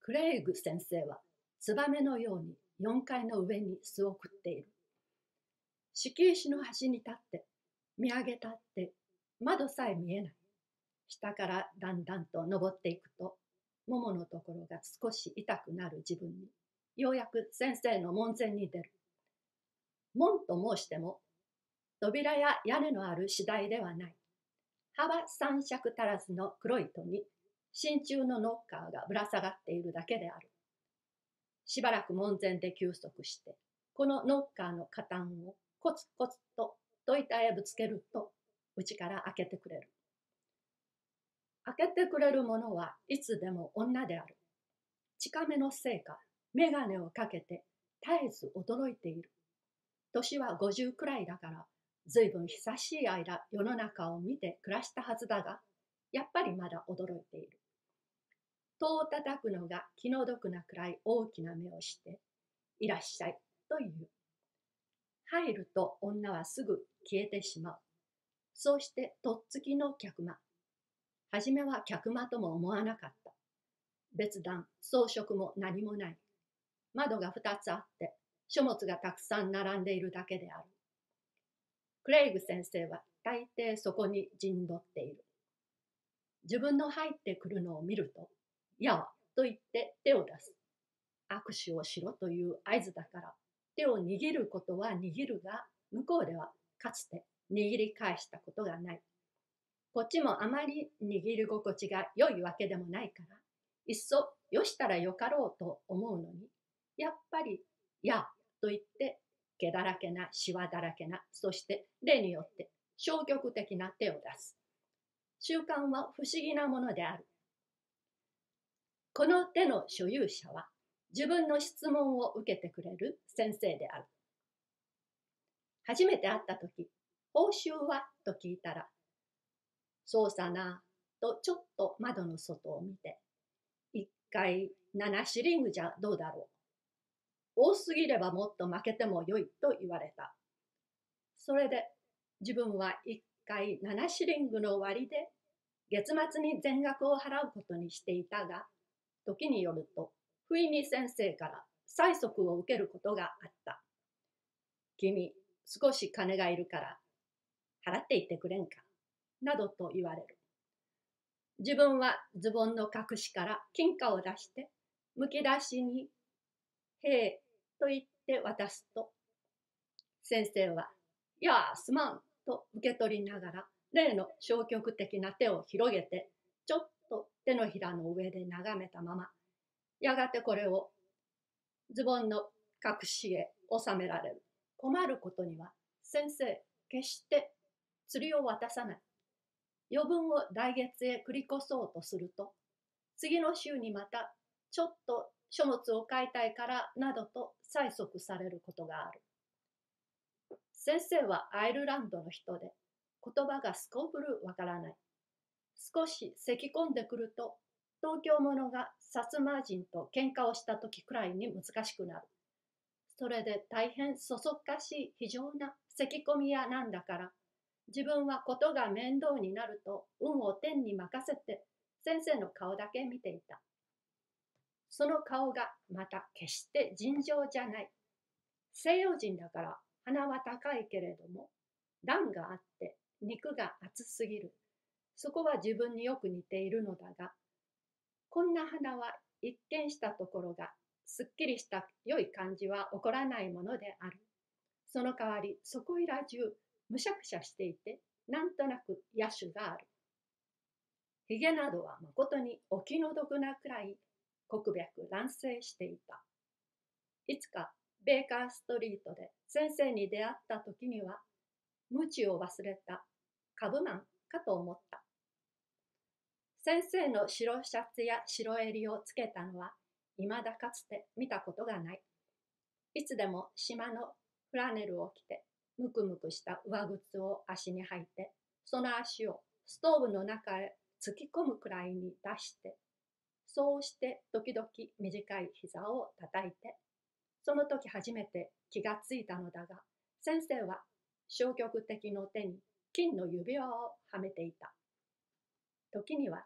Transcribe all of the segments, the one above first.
クレイグ先生はツバメのように4階の上に巣をくっている。敷石の端に立って見上げたって窓さえ見えない。下からだんだんと登っていくと、もものところが少し痛くなる自分に、ようやく先生の門前に出る。門と申しても、扉や屋根のある次第ではない。幅3尺足らずの黒い戸に、真鍮のノッカーがぶら下がっているだけである。しばらく門前で休息して、このノッカーのカタンをコツコツと戸板へぶつけると、内から開けてくれる。開けてくれる者はいつでも女である。近めのせいか、眼鏡をかけて絶えず驚いている。年は50くらいだから、ずいぶん久しい間世の中を見て暮らしたはずだが、やっぱりまだ驚いている。戸を叩くのが気の毒なくらい大きな目をして、いらっしゃいと言う。入ると女はすぐ消えてしまう。そうしてとっつきの客間。はじめは客間とも思わなかった。別段装飾も何もない。窓が2つあって書物がたくさん並んでいるだけである。クレイグ先生は大抵そこに陣取っている。自分の入ってくるのを見ると、やわと言って手を出す。握手をしろという合図だから、手を握ることは握るが、向こうではかつて握り返したことがない。こっちもあまり握り心地が良いわけでもないから、いっそよしたらよかろうと思うのに、やっぱりやと言って毛だらけなシワだらけな、そして例によって消極的な手を出す。習慣は不思議なものである。この手の所有者は自分の質問を受けてくれる先生である。初めて会った時、報酬はと聞いたら、そうさなとちょっと窓の外を見て、1回7シリングじゃどうだろう。多すぎればもっと負けてもよいと言われた。それで自分は1回7シリングの割で月末に全額を払うことにしていたが、時によると不意に先生から催促を受けることがあった。君、少し金がいるから払っていってくれんか、などと言われる。自分はズボンの隠しから金貨を出して、むき出しに、へえと言って渡すと、先生は、いやすまんと受け取りながら、例の消極的な手を広げて、ちょっと手のひらの上で眺めたまま、やがてこれをズボンの隠しへ収められる。困ることには、先生、決して釣りを渡さない。余分を来月へ繰り越そうとすると、次の週にまたちょっと書物を買いたいからなどと催促されることがある。先生はアイルランドの人で、言葉がすこぶるわからない。少し咳き込んでくると、東京者が薩摩人と喧嘩をした時くらいに難しくなる。それで大変そそっかしい非常な咳き込み屋なんだから、自分はことが面倒になると運を天に任せて先生の顔だけ見ていた。その顔がまた決して尋常じゃない。西洋人だから鼻は高いけれども、段があって肉が厚すぎる。そこは自分によく似ているのだが、こんな鼻は一見したところがすっきりした良い感じは起こらないものである。その代わりそこいら中むしゃくしゃしていて、なんとなく野趣がある。ひげなどはまことにお気の毒なくらい黒白乱生していた。いつかベーカーストリートで先生に出会った時には、無知を忘れた株マンかと思った。先生の白シャツや白襟をつけたのは、未だかつて見たことがない。いつでも島のフラネルを着て、むくむくした上靴を足に履いて、その足をストーブの中へ突き込むくらいに出して、そうして時々短い膝を叩いて、その時初めて気がついたのだが、先生は消極的の手に金の指輪をはめていた。時には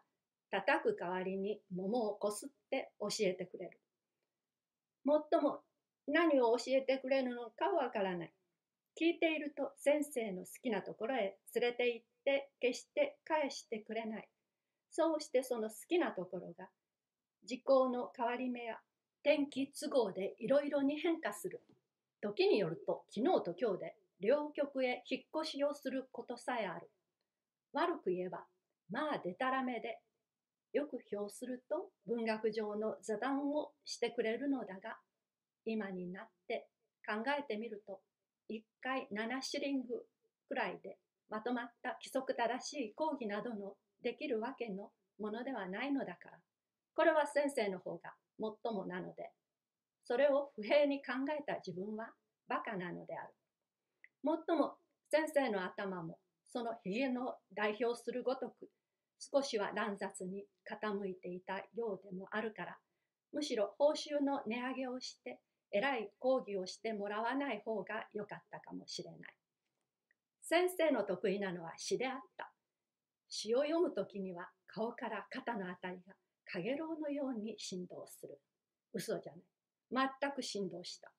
叩く代わりに桃をこすって教えてくれる。もっとも何を教えてくれるのかわからない。聞いていると先生の好きなところへ連れて行って決して返してくれない。そうしてその好きなところが時効の変わり目や天気都合でいろいろに変化する。時によると昨日と今日で両極へ引っ越しをすることさえある。悪く言えばまあでたらめで、よく評すると文学上の座談をしてくれるのだが、今になって考えてみると1回7シリングくらいでまとまった規則正しい講義などのできるわけのものではないのだから、これは先生の方がもっともなので、それを不平に考えた自分はバカなのである。もっとも先生の頭もそのひげの代表するごとく少しは乱雑に傾いていたようでもあるから、むしろ報酬の値上げをしてえらい講義をしてもらわない方が良かったかもしれない。先生の得意なのは詩であった。詩を読むときには顔から肩のあたりがかげろうのように振動する。嘘じゃない。全く振動した。